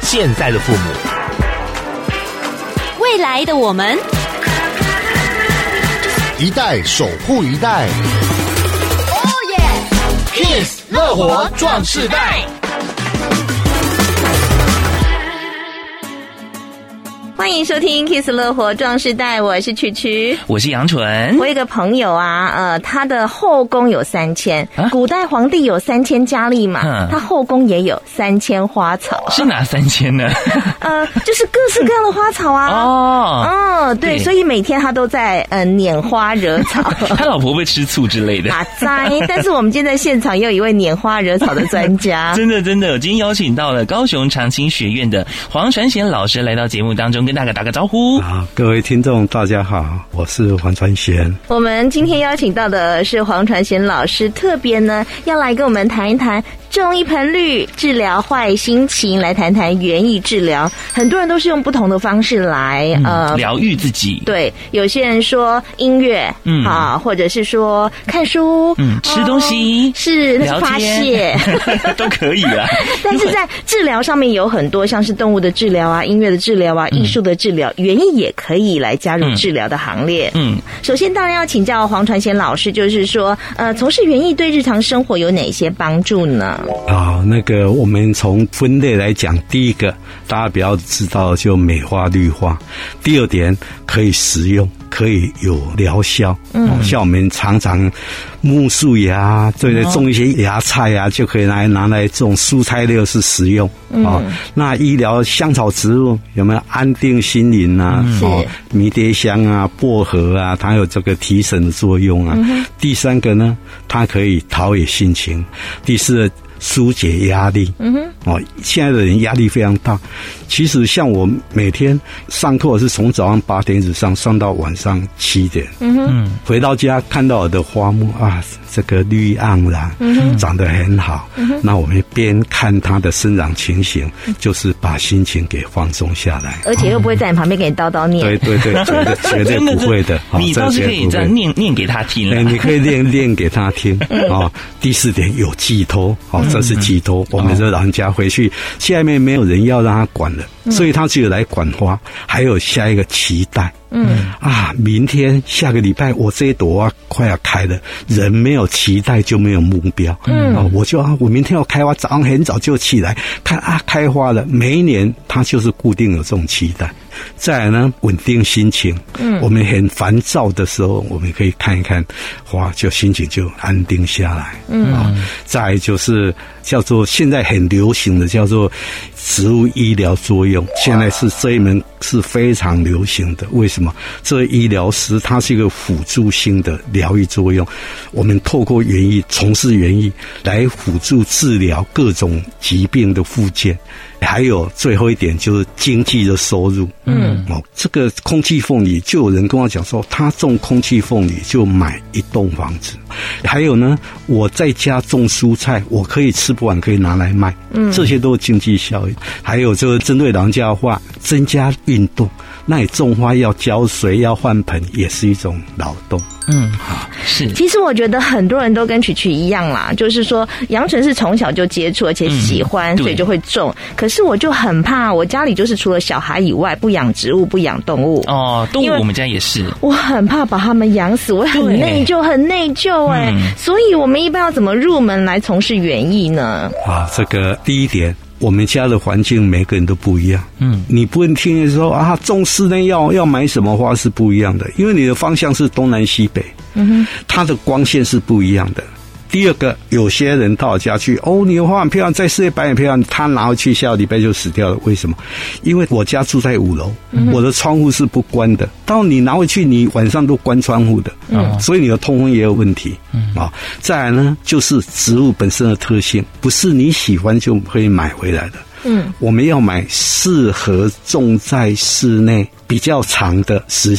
现在的父母， 未来的我们， 一代守护一代。Kiss 乐活壮世代。 欢迎收听 Kiss 乐活壮世代，我是曲曲， 我是杨纯。 我有一个朋友啊，他的后宫有3000，古代皇帝有3000佳丽嘛，他后宫也有3000花草。 是哪3000呢？ 就是各式各样的花草啊。对，所以每天他都在拈花惹草。 他老婆会吃醋之类的。 哪在？但是我们今天在现场也有一位拈花惹草的专家。 真的，我今天邀请到了高雄长青学院的黄传贤老师来到节目当中，跟大家打个招呼。 好，各位听众大家好，我是黄传贤。 我们今天邀请到的是黄传贤老师，特别呢要来跟我们谈一谈种一盆绿治疗坏心情，来谈谈园艺治疗。很多人都是用不同的方式来疗愈自己。 对，有些人说音乐，或者是说看书， 吃东西， 是发泄都可以啊。 但是在治疗上面有很多，像是动物的治疗啊、音乐的治疗啊、艺术的治疗，园艺也可以来加入治疗的行列。首先当然要请教黄传贤老师，就是说从事园艺对日常生活有哪些帮助呢？ 那个我们从分类来讲，第一个大家比较知道就美化绿化，第二点可以食用，可以有疗效。像我们常常木树芽，对，种一些芽菜啊，就可以拿来种蔬菜类是食用。那医疗香草植物有没有安定心灵啊？迷迭香啊、薄荷啊，它有这个提神的作用啊。第三个呢，它可以陶冶心情。第四个，疏解压力。现在的人压力非常大。其实像我每天上课是从早上8点一直上到晚上7点。回到家看到我的花木啊，这个绿意盎然，长得很好。那我们边看它的生长情形，就是把心情给放松下来。 而且又不会在你旁边给你叨叨念。 对，绝对不会的。 你倒是可以这样念给他听。 你可以念给他听。第四点有寄托。这是寄托。我们这老人家回去，下面没有人要让他管了，所以他只有来管花。还有下一个期待。明天下个礼拜我这一朵花快要开了，人没有期待就没有目标。我明天要开花，早上很早就起来看开花了。每一年他就是固定有这种期待。再来呢，稳定心情。我们很烦躁的时候，我们可以看一看花，就心情就安定下来。再来就是叫做现在很流行的叫做植物医疗作用，现在是这一门是非常流行的。为什么？这医疗师它是一个辅助性的疗愈作用，我们透过园艺，从事园艺来辅助治疗各种疾病的复健。还有最后一点就是经济的收入。这个空气凤梨，就有人跟我讲说，他种空气凤梨就买一栋房子。还有呢，我在家种蔬菜，我可以吃不完，可以拿来卖。这些都是经济效益。还有就是针对老人家的话，增加运动。那你种花要浇水，要换盆，也是一种劳动。 好，是。 其实我觉得很多人都跟曲曲一样啦，就是说杨纯是从小就接触，而且喜欢，所以就会种。可是我就很怕，我家里就是除了小孩以外，不养植物，不养动物。 动物我们家也是。我很怕把它们养死，我很内疚，很内疚所以我们一般要怎么入门来从事园艺呢？ 这个第一点。我们家的环境每个人都不一样。你不能听人说种室内要买什么花是不一样的，因为你的方向是东南西北。它的光线是不一样的。第二个，有些人到我家去，你的花很漂亮，在室内摆很漂亮，他拿回去下个礼拜就死掉了。为什么？因为我家住在5楼，我的窗户是不关的。到你拿回去，你晚上都关窗户的，所以你的通风也有问题。再来呢，就是植物本身的特性，不是你喜欢就可以买回来的。我们要买适合种在室内比较长的时间，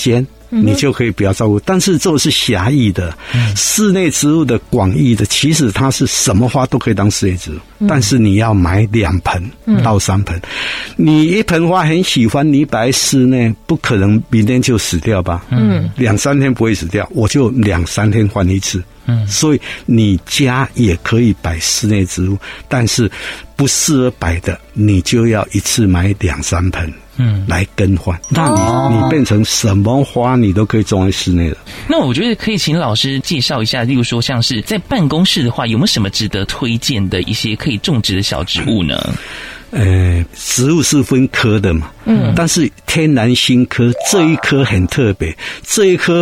你就可以不要照顾。但是这是狭义的，室内植物的广义的，其实它是什么花都可以当室内植物，但是你要买2盆到3盆。你一盆花很喜欢，你摆在室内，不可能明天就死掉吧？2-3天不会死掉，我就2-3天换一次。所以你家也可以摆室内植物，但是不适合摆的，你就要一次买2-3盆。来更换，那你变成什么花你都可以种在室内了。 那我觉得可以请老师介绍一下，例如说像是在办公室的话，有没有什么值得推荐的一些可以种植的小植物呢？ 植物是分科的嘛，但是天然新科这一科很特别，这一科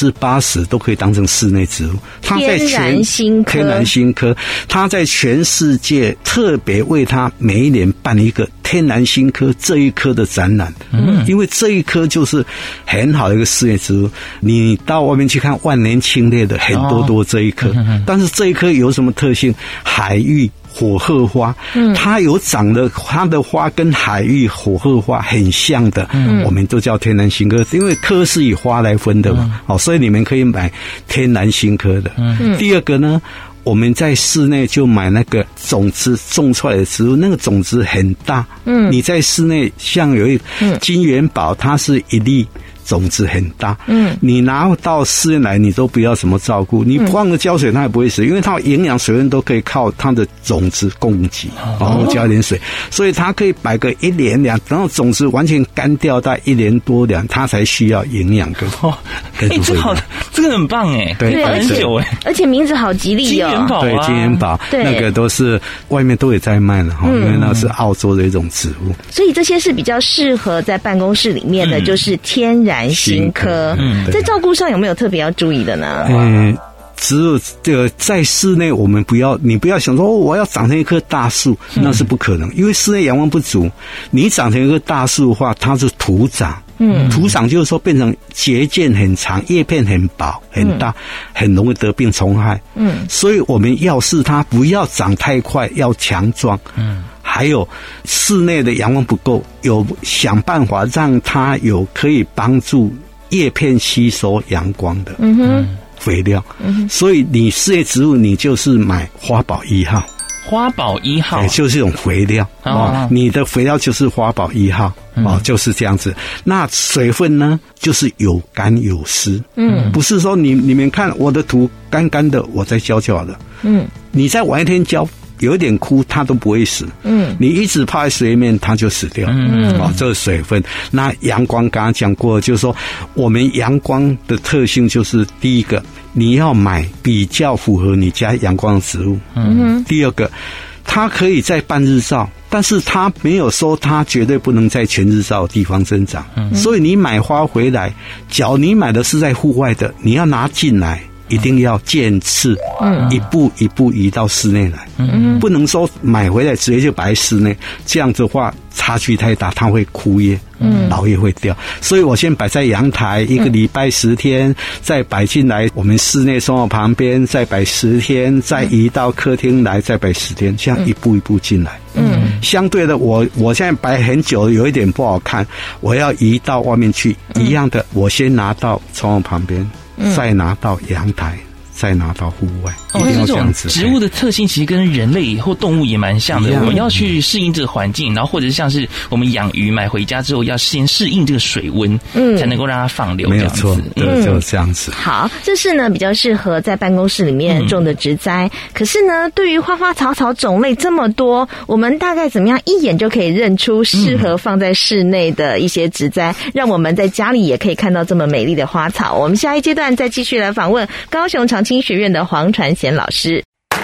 80%都可以当成室内植物。它在天然新科，它在全世界特别为它每一年办一个天然新科这一科的展览，因为这一科就是很好的一个室内植物。你到外面去看万年青类的很多这一科，但是这一科有什么特性？海芋、火鹤花，它有长的，它的花跟海芋、火鹤花很像的，我们都叫天然新科，因为科是以花来分的嘛，所以你们可以买天然新科的。第二个呢，我们在室内就买那个种子种出来的植物，那个种子很大，你在室内像有一金元宝，它是一粒种子很大，你拿到室内来，你都不要什么照顾，你放个浇水它也不会死，因为它营养水分都可以靠它的种子供给，然后加一点水，所以它可以摆个1年2，然后种子完全干掉，大概1年多2，它才需要营养跟这好，这个很棒哎， 对， 很久哎， 而且名字好吉利哦，金元宝， 对，金元宝，那个都是外面都有在卖的哈，因为那是澳洲的一种植物， 所以这些是比较适合在办公室里面的，就是天然新科。在照顾上有没有特别要注意的呢？ 植物这个在室内，我们你不要想说我要长成一棵大树，那是不可能，因为室内阳光不足。你长成一棵大树的话，它是土长，土长就是说变成节茎很长，叶片很薄很大，很容易得病虫害。所以我们要是它不要长太快，要强壮。还有室内的阳光不够，有想办法让它有可以帮助叶片吸收阳光的肥料。所以你室内植物你就是买花宝1号。 花宝1号， 就是这种肥料你的肥料就是花宝1号就是这样子。那水分呢，就是有干有湿，不是说你们看我的土干干的，我再浇就好了。你再晚一天浇，有一点枯，它都不会死。你一直泡在水里面，它就死掉。这是水分。那阳光刚刚讲过，就是说我们阳光的特性就是第一个，你要买比较符合你家阳光的植物。第二个，它可以在半日照，但是它没有说它绝对不能在全日照的地方生长。所以你买花回来，假如你买的是在户外的，你要拿进来，一定要渐次，一步一步移到室内来，不能说买回来直接就摆在室内，这样子的话差距太大，它会枯叶，老叶会掉。所以我先摆在阳台1个礼拜10天，再摆进来我们室内生活旁边，再摆10天，再移到客厅来，再摆10天，这样一步一步进来。相对的，我现在摆很久，有一点不好看，我要移到外面去，一样的，我先拿到窗户旁边，再拿到阳台，再拿到户外，一定要这样子。 植物的特性其实跟人类或动物也蛮像的，我们要去适应这个环境，然后或者像是我们养鱼买回家之后，要先适应这个水温，才能够让它放流。 没有错，对，就是这样子。 好，这是呢比较适合在办公室里面种的植栽。可是呢，对于花花草草种类这么多，我们大概怎么样一眼就可以认出适合放在室内的一些植栽，让我们在家里也可以看到这么美丽的花草？我们下一阶段再继续来访问高雄长青学院的黄传贤老师。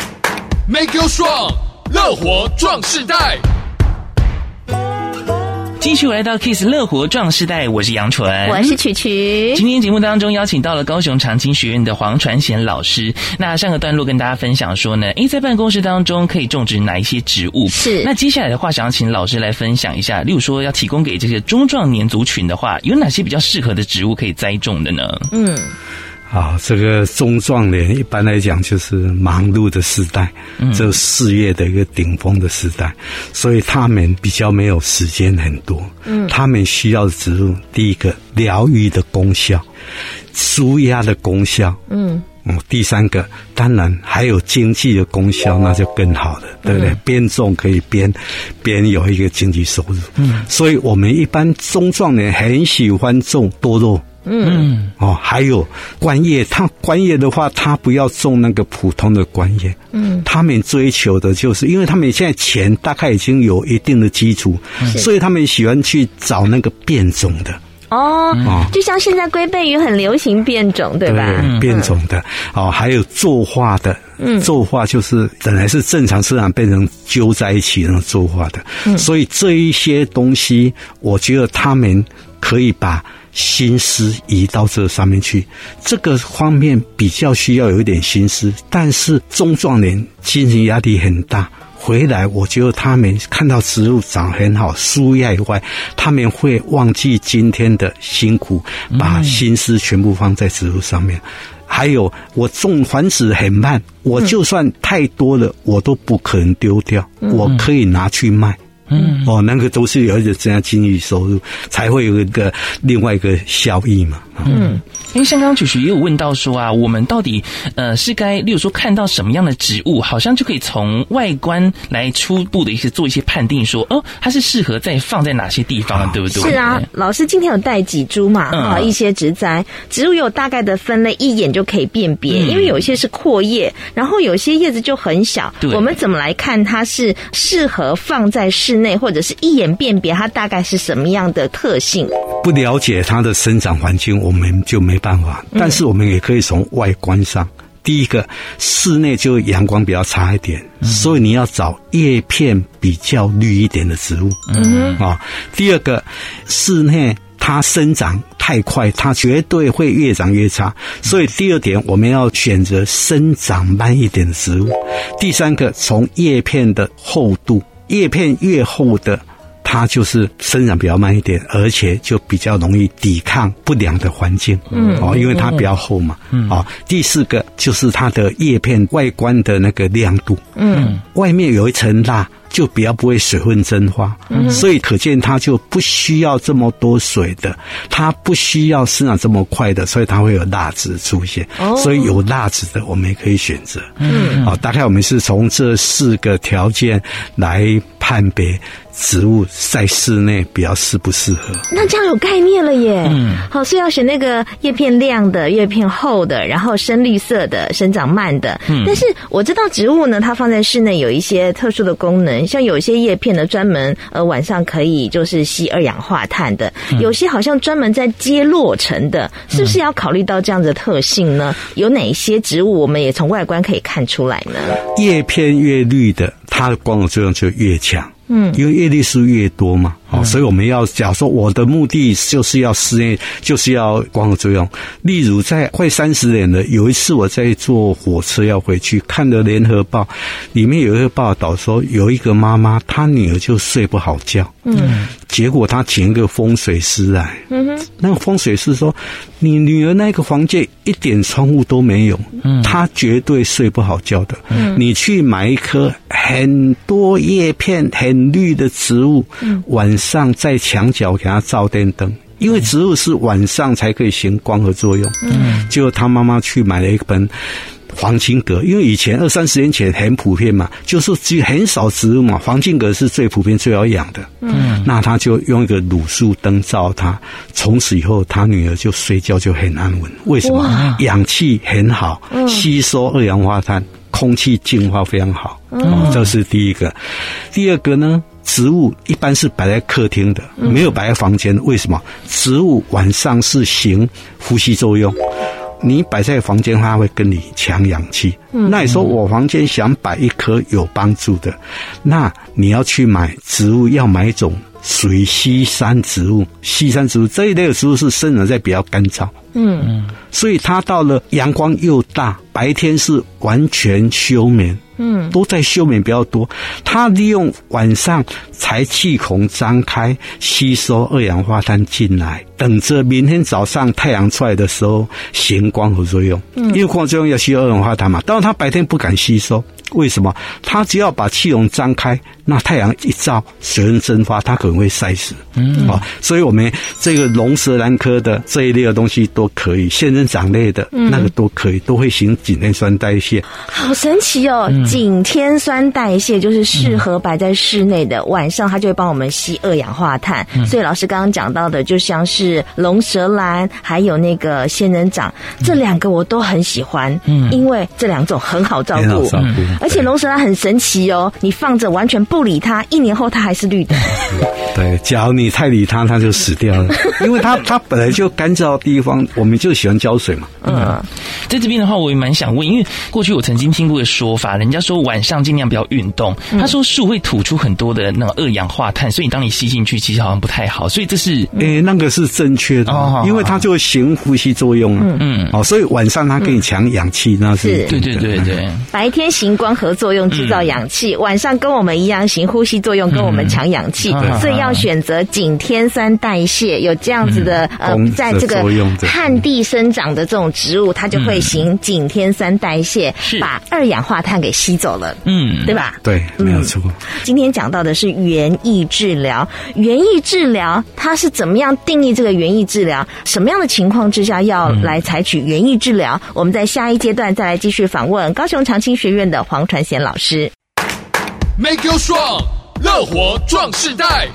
Make you strong， 乐活壮世代。 继续来到 Kiss 乐活壮世代，我是杨纯， 我是曲曲。 今天节目当中邀请到了高雄长青学院的黄传贤老师。那上个段落跟大家分享说呢，在办公室当中可以种植哪一些植物？是。那接下来的话，想要请老师来分享一下，例如说要提供给这些中壮年族群的话，有哪些比较适合的植物可以栽种的呢？ 这个中壮年一般来讲就是忙碌的时代，这事业的一个顶峰的时代，所以他们比较没有时间很多。他们需要的植物，第一个疗愈的功效，舒压的功效。第三个当然还有经济的功效，那就更好了，对不对？边种可以边有一个经济收入。所以我们一般中壮年很喜欢种多肉。还有观叶，观叶的话，他不要种那个普通的观叶。他们追求的就是，因为他们现在钱大概已经有一定的基础，所以他们喜欢去找那个变种的。 就像现在龟背鱼很流行变种，对吧？ 对，变种的。还有作化的。作化就是本来是正常生长变成揪在一起那种作化的。所以这一些东西，我觉得他们可以把心思移到这上面去，这个方面比较需要有一点心思，但是中壮年精神压力很大，回来我觉得他们看到植物长很好，舒压以外，他们会忘记今天的辛苦，把心思全部放在植物上面。还有我种繁殖很慢，我就算太多了，我都不可能丢掉，我可以拿去卖。那个都是有一个这样经济收入，才会有一个另外一个效益嘛。 因为像刚刚曲曲也有问到说啊，我们到底是该例如说看到什么样的植物，好像就可以从外观来初步的做一些判定说，它是适合再放在哪些地方，对不对？ 是啊，老师今天有带几株嘛，一些植栽，植物有大概的分类，一眼就可以辨别，因为有些是阔叶，然后有些叶子就很小，我们怎么来看它是适合放在室内，或者是一眼辨别它大概是什么样的特性？ 不了解它的生长环境，我们就没办法。但是我们也可以从外观上，第一个，室内就阳光比较差一点，所以你要找叶片比较绿一点的植物。第二个，室内它生长太快，它绝对会越长越差，所以第二点我们要选择生长慢一点的植物。第三个，从叶片的厚度，叶片越厚的，它就是生长比较慢一点，而且就比较容易抵抗不良的环境。因为它比较厚嘛。第四个就是它的叶片外观的那个亮度。外面有一层蜡，就比较不会水分蒸发。所以可见它就不需要这么多水的，它不需要生长这么快的，所以它会有蜡质出现。所以有蜡质的我们也可以选择。大概我们是从这4个条件来判别植物在室内比较适不适合。 那这样有概念了耶。好，所以要选那个叶片亮的、叶片厚的，然后深绿色的、生长慢的。但是我知道植物呢，它放在室内有一些特殊的功能，像有些叶片呢专门晚上可以就是吸2氧化碳的，有些好像专门在接落尘的，是不是要考虑到这样的特性呢？有哪些植物我们也从外观可以看出来呢？ 叶片越绿的，它的光合作用就越强。因为叶绿素越多嘛。所以我们要假如说我的目的就是要室内，就是要光合作用。例如在快30年了，有一次我在坐火车要回去，看了联合报，里面有一个报道说，有一个妈妈她女儿就睡不好觉。结果她请一个风水师来。那个风水师说，你女儿那个房间一点窗户都没有，她绝对睡不好觉的。你去买一棵很多叶片很绿的植物，晚上在墙角给它照电灯，因为植物是晚上才可以行光合作用。结果他妈妈去买了一本黄金葛，因为以前20-30年前很普遍嘛，就是只有很少植物嘛，黄金葛是最普遍最好养的。那他就用一个卤素灯照它，从此以后他女儿就睡觉就很安稳。为什么？氧气很好，吸收2氧化碳，空气净化非常好。这是第一个。第二个呢，植物一般是摆在客厅的，没有摆在房间。为什么？植物晚上是行呼吸作用，你摆在房间它会跟你抢氧气。那你说我房间想摆一棵有帮助的，那你要去买植物，要买一种属于西山植物。西山植物这一类的植物是生长在比较干燥，所以它到了阳光又大，白天是完全休眠，都在休眠比较多。它利用晚上才气孔张开，吸收二氧化碳进来，等着明天早上太阳出来的时候行光合作用。因为光合作用要吸收二氧化碳嘛，当然它白天不敢吸收。为什么？它只要把气孔张开，那太阳一照，水分蒸发，它可能会晒死。所以我们这个龙舌兰科的这一类的东西都可以，仙人掌类的那个都可以，都会行景天酸代谢。 好神奇哦！景天酸代谢就是适合摆在室内的，晚上它就会帮我们吸二氧化碳。所以老师刚刚讲到的，就像是龙舌兰，还有那个仙人掌，这两个我都很喜欢，因为这两种很好照顾。而且龙舌兰很神奇哦，你放着完全不理它，1年后它还是绿的。 对，假如你太理它，它就死掉了，因为它本来就干燥的地方，我们就喜欢浇水嘛。 在这边的话，我也蛮想问，因为过去我曾经听过的说法，人家说晚上尽量不要运动，他说树会吐出很多的那种二氧化碳，所以当你吸进去，其实好像不太好，所以这是那个是正确的，因为它就会行呼吸作用所以晚上它可以抢氧气，那是对， 白天行光合作用制造氧气，晚上跟我们一样行呼吸作用，跟我们抢氧气，所以要选择景天酸代谢，有这样子的在这个旱地生长的这种植物，它就会行景天酸代谢，把二氧化碳给吸走了，对吧？ 对，没有错。 今天讲到的是园艺治疗，园艺治疗它是怎么样定义这个园艺治疗？什么样的情况之下要来采取园艺治疗？我们在下一阶段再来继续访问高雄长青学院的黄传贤老师。 Make you strong， 乐活壮世代。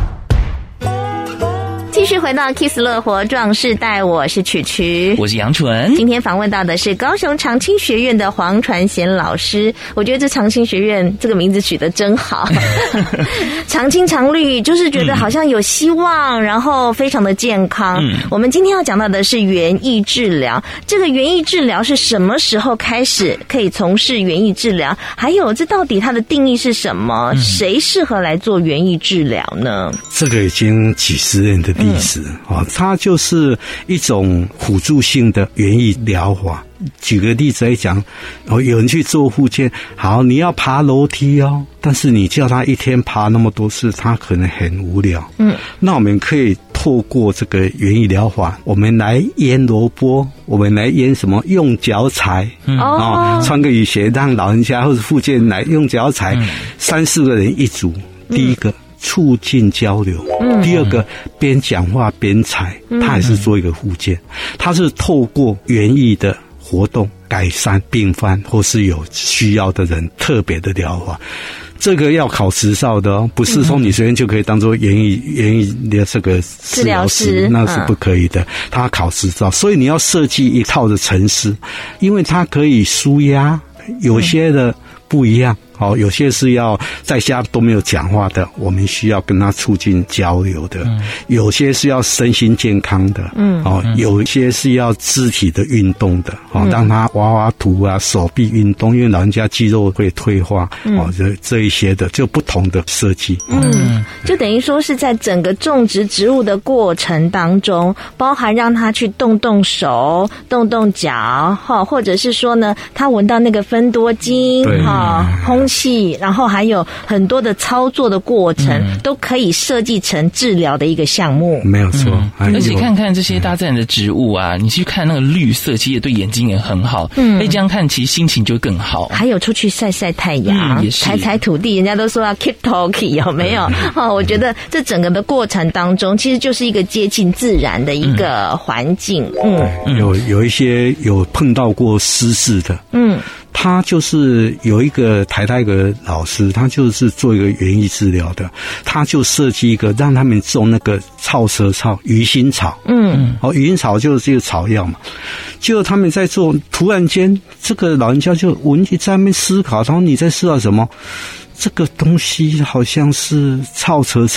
继续回到 Kiss 乐活壮世代，我是曲曲， 我是杨纯。 今天访问到的是高雄长青学院的黄传贤老师。我觉得这长青学院这个名字取得真好，长青常绿，就是觉得好像有希望，然后非常的健康。我们今天要讲到的是园艺治疗，这个园艺治疗是什么时候开始可以从事园艺治疗？还有这到底它的定义是什么？谁适合来做园艺治疗呢？ 这个已经几十年的历史它就是一种辅助性的园艺疗法。举个例子来讲，有人去做复健，好，你要爬楼梯但是你叫他一天爬那么多次，他可能很无聊。那我们可以透过这个园艺疗法，我们来腌萝卜，我们来腌什么用脚踩穿个雨鞋，让老人家或者复健来用脚踩，3-4个人一组。第一个促进交流，第二个边讲话边踩，他还是做一个复健，他是透过园艺的活动改善病患或是有需要的人特别的疗法。这个要考执照的不是说你随便就可以当做园艺的这个治疗师，那是不可以的，他考执照。所以你要设计一套的程式，因为它可以抒压，有些的不一样。有些是要在家都没有讲话的，我们需要跟他促进交流的；有些是要身心健康的，有些是要肢体的运动的，让他挖挖土啊，手臂运动，因为老人家肌肉会退化，这一些的就不同的设计。 就等于说是在整个种植植物的过程当中，包含让他去动动手、动动脚，或者是说呢，他闻到那个芬多精，空气，然后还有很多的操作的过程，都可以设计成治疗的一个项目。 没有错， 而且看看这些大自然的植物啊，你去看那个绿色，其实对眼睛也很好。这样看，其实心情就会更好。还有出去晒晒太阳，踩踩土地，人家都说要 keep talking， 有没有？我觉得这整个的过程当中，其实就是一个接近自然的一个环境。 有一些有碰到过失智的，他就是有一个台大一个老师，他就是做一个园艺治疗的，他就设计一个让他们种那个草蛇草、鱼腥草。鱼腥草就是这个草药嘛。结果他们在做，突然间这个老人家就在那边思考，然后你在思考什么？这个东西好像是草蛇草，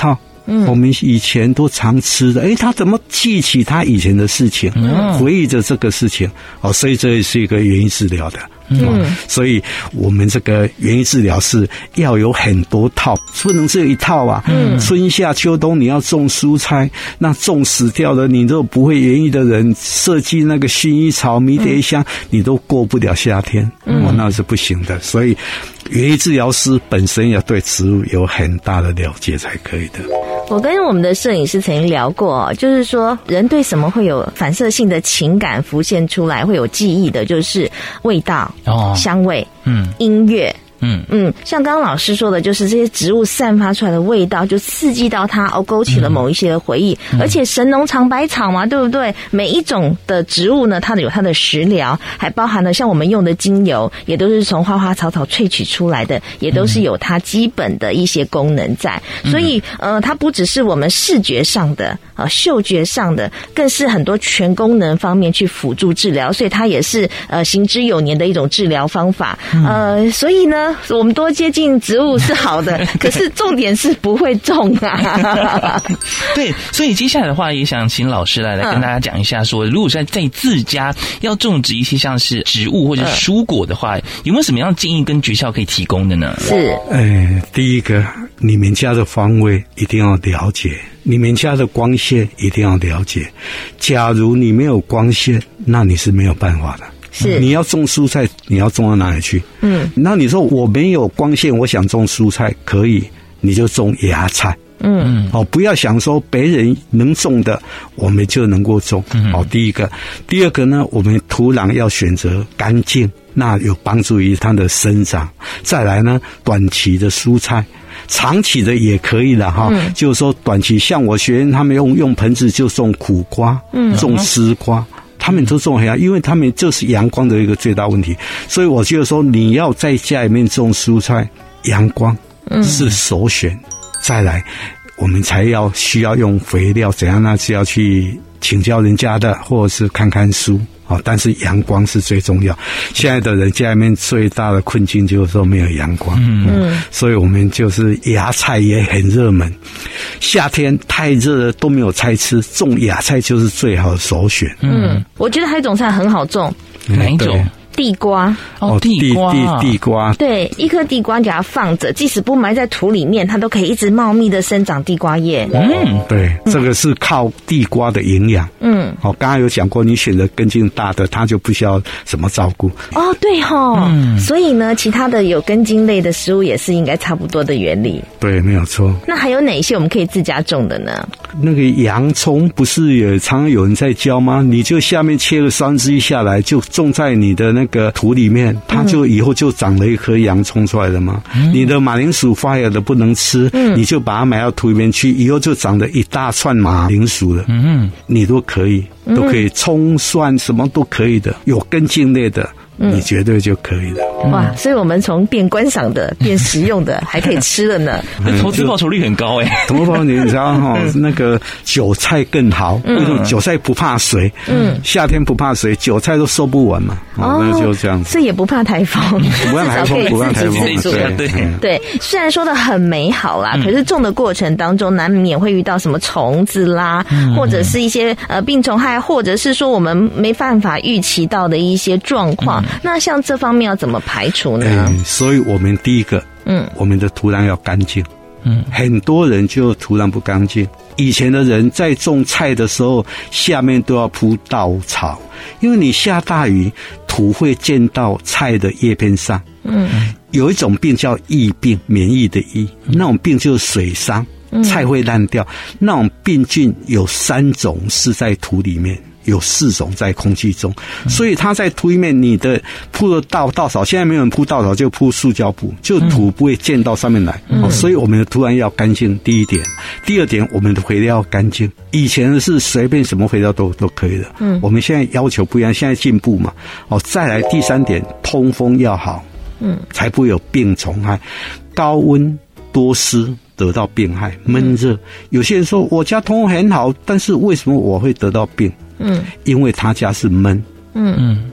我们以前都常吃的，他怎么记起他以前的事情，回忆着这个事情，所以这也是一个园艺治疗的。所以我们这个园艺治疗是要有很多套，不能只有一套啊。春夏秋冬你要种蔬菜，那种死掉了，你如果不会园艺的人设计那个薰衣草、迷迭香，你都过不了夏天，那是不行的。所以园艺治疗师本身要对植物有很大的了解才可以的。 我跟我们的摄影师曾经聊过，就是说人对什么会有反射性的情感浮现出来，会有记忆的，就是味道、香味、音乐。像刚刚老师说的，就是这些植物散发出来的味道，就刺激到他，勾起了某一些的回忆。而且神农尝百草嘛，对不对？每一种的植物呢，它有它的食疗，还包含了像我们用的精油，也都是从花花草草萃取出来的，也都是有它基本的一些功能在。所以它不只是我们视觉上的、嗅觉上的，更是很多全功能方面去辅助治疗。所以它也是行之有年的一种治疗方法。所以呢，我们多接近植物是好的，可是重点是不会种啊。 对，所以接下来的话，也想请老师来跟大家讲一下说，如果是在自家要种植一些像是植物或者蔬果的话，有没有什么样的建议跟诀窍可以提供的呢？ 是， 第一个，你们家的方位一定要了解，你们家的光线一定要了解。假如你没有光线，那你是没有办法的。 是， 你要种蔬菜，你要种到哪里去？那你说我没有光线，我想种蔬菜，可以，你就种芽菜。不要想说别人能种的，我们就能够种。第一个，第二个呢，我们土壤要选择干净，那有帮助于它的生长。再来呢，短期的蔬菜。长期的也可以了就是说短期，像我学员他们用盆子就种苦瓜，种丝瓜。他们都种因为他们就是阳光的一个最大问题，所以我觉得说你要在家里面种蔬菜，阳光是首选。再来，我们才需要用肥料怎样，那是要去请教人家的，或者是看看书。但是阳光是最重要。现在的人家里面最大的困境就是说没有阳光。所以我们就是芽菜也很热门。夏天太热了都没有菜吃，种芽菜就是最好的首选。 我觉得还有一种菜很好种。 哪一种？ 地瓜。 地瓜。 对，一颗地瓜给它放着，即使不埋在土里面，它都可以一直茂密的生长地瓜叶。 对，这个是靠地瓜的营养。刚刚有讲过，你选择根茎大的，它就不需要什么照顾。 对所以呢，其他的有根茎类的食物也是应该差不多的原理。 对，没有错。 那还有哪些我们可以自家种的呢？ 那个洋葱不是也常常有人在教吗？你就下面切个1/3下来，就种在你的那个土里面，它就以后就长了一颗洋葱出来了嘛。你的马铃薯发芽的不能吃，你就把它埋到土里面去，以后就长了一大串马铃薯了。你都可以，葱蒜什么都可以的，有根茎类的。你绝对就可以了。 哇！所以我们从变观赏的变实用的，还可以吃的呢。 投资报酬率很高投资报酬率你知道那个韭菜更好，为什么？韭菜不怕水，夏天不怕水，韭菜都收不完嘛。那就这样子。 这也不怕台风， 不怕台风，不怕台风。 对，虽然说的很美好啦，可是种的过程当中难免会遇到什么虫子啦，或者是一些病虫害，或者是说我们没办法预期到的一些状况。那像这方面要怎么排除呢？ 所以我们第一个，我们的土壤要干净。很多人就土壤不干净。以前的人在种菜的时候，下面都要铺稻草，因为你下大雨，土会溅到菜的叶片上。有一种病叫疫病，免疫的疫，那种病就是水伤，菜会烂掉。那种病菌有3种是在土里面。有4种在空气中，所以它在土里面，你的铺了稻草，现在没有人铺稻草，就铺塑胶布，就土不会溅到上面来。所以我们的土壤要干净，第一点。第二点，我们的肥料要干净。以前是随便什么肥料都可以的，我们现在要求不一样，现在进步嘛。再来第3点，通风要好，才不会有病虫害。高温多湿得到病害，闷热。有些人说我家通风很好，但是为什么我会得到病？因为他家是闷。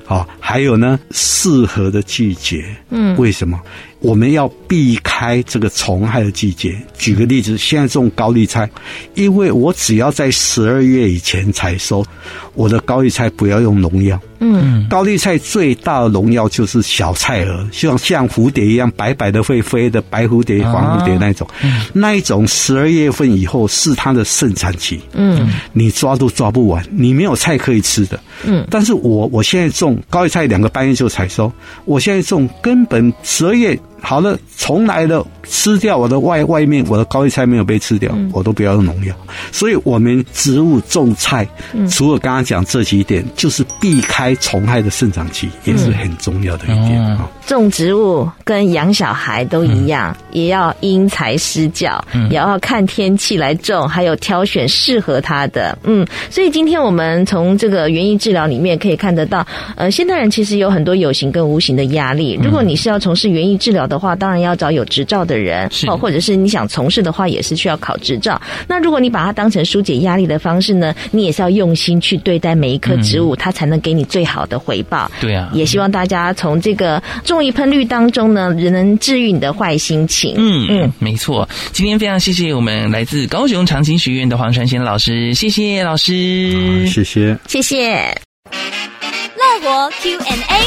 还有呢，适合的季节。为什么？我们要避开这个虫害的季节。举个例子，现在种高丽菜，因为我只要在12月以前采收，我的高丽菜不要用农药。高丽菜最大的农药就是小菜蛾，像蝴蝶一样白白的会飞的白蝴蝶、黄蝴蝶那种，那一种12月份以后是它的盛产期。你抓都抓不完，你没有菜可以吃的。但是我现在种高丽菜2个半月就采收，我现在种根本12月好了，虫来了吃掉我的外面，我的高丽菜没有被吃掉，我都不要用农药。所以我们植物种菜，除了刚刚讲这几点，就是避开虫害的生长期，也是很重要的一点。 种植物跟养小孩都一样，也要因材施教，也要看天气来种，还有挑选适合它的。所以今天我们从这个园艺治疗里面可以看得到，现代人其实有很多有形跟无形的压力。如果你是要从事园艺治疗的话，当然要找有执照的人，或者是你想从事的话，也是需要考执照。那如果你把它当成疏解压力的方式呢，你也是要用心去对待每一棵植物，它才能给你最好的回报。 对啊， 也希望大家从这个种一喷绿当中呢，能治愈你的坏心情。 没错。今天非常谢谢我们来自高雄长青学院的黄传贤老师，谢谢老师。 谢谢， 谢谢。 乐活 Q&A。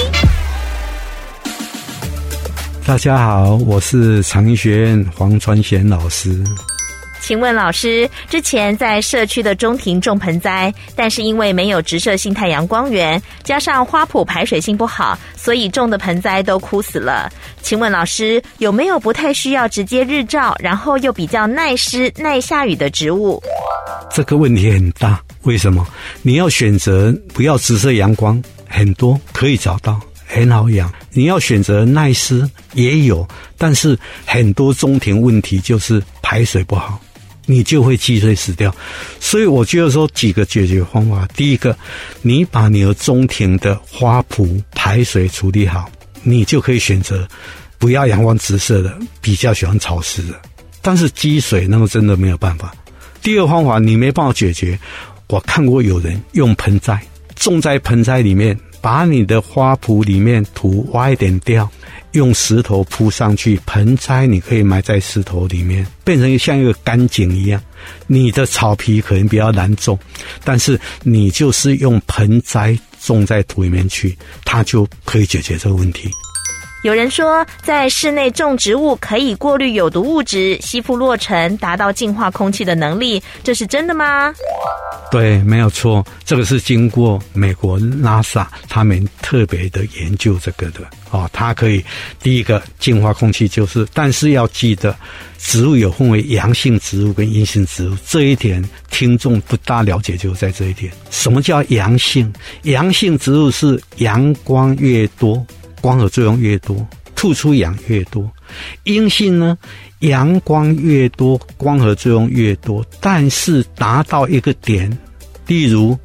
大家好，我是长青学院黄传贤老师。 请问老师，之前在社区的中庭种盆栽，但是因为没有直射性太阳光源，加上花圃排水性不好，所以种的盆栽都枯死了。请问老师，有没有不太需要直接日照，然后又比较耐湿耐下雨的植物？ 这个问题很大，为什么？你要选择不要直射阳光，很多可以找到，很好养。你要选择耐湿也有，但是很多中庭问题就是排水不好，你就会积水死掉。所以我觉得说几个解决方法。第一个，你把你的中庭的花圃排水处理好，你就可以选择不要阳光直射的，比较喜欢潮湿的。但是积水那个真的没有办法。第二个方法你没办法解决，我看过有人用盆栽种在盆栽里面，把你的花圃里面土挖一点掉，用石头铺上去，盆栽你可以埋在石头里面，变成像一个干井一样。你的草皮可能比较难种，但是你就是用盆栽种在土里面去，它就可以解决这个问题。 有人说，在室内种植物可以过滤有毒物质，吸附落尘，达到净化空气的能力，这是真的吗？ 对，没有错，这个是经过美国 NASA 他们特别的研究这个的。它可以第一个净化空气，但是要记得植物有分为阳性植物跟阴性植物，这一点听众不大了解，就在这一点。什么叫阳性？阳性植物是阳光越多，光合作用越多，吐出氧越多。阴性呢，阳光越多，光合作用越多，但是达到一个点，例如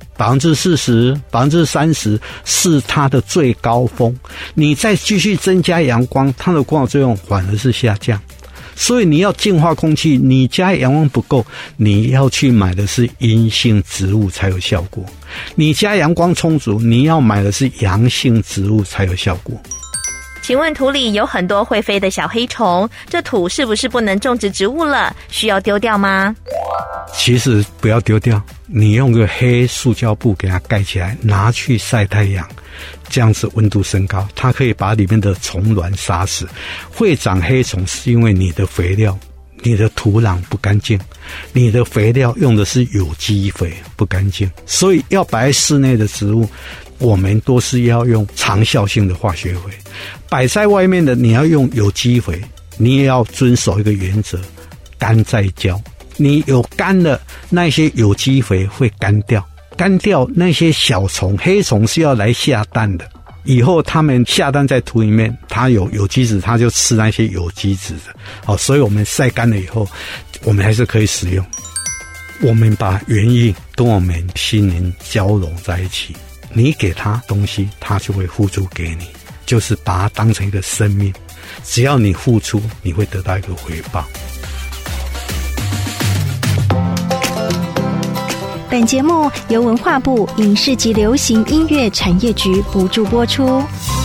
40%、30% 是它的最高峰，你再继续增加阳光，它的光合作用反而是下降。所以你要净化空气，你家阳光不够，你要去买的是阴性植物才有效果。你家阳光充足，你要买的是阳性植物才有效果。 请问土里有很多会飞的小黑虫，这土是不是不能种植植物了？需要丢掉吗？ 其实不要丢掉，你用个黑塑胶布给它盖起来，拿去晒太阳，这样子温度升高，它可以把里面的虫卵杀死。会长黑虫是因为你的肥料，你的土壤不干净，你的肥料用的是有机肥，不干净。所以要摆在室内的植物，我们都是要用长效性的化学肥。摆在外面的你要用有机肥，你也要遵守一个原则，干再浇。你有干了，那些有机肥会干掉，那些小虫黑虫是要来下蛋的，以后它们下蛋在土里面，它有有机质，它就吃那些有机质的。所以我们晒干了以后，我们还是可以使用。我们把园艺跟我们心灵交融在一起，你给它东西，它就会付出给你，就是把它当成一个生命，只要你付出，你会得到一个回报。 带本节目由文化部影视及流行音乐产业局补助播出。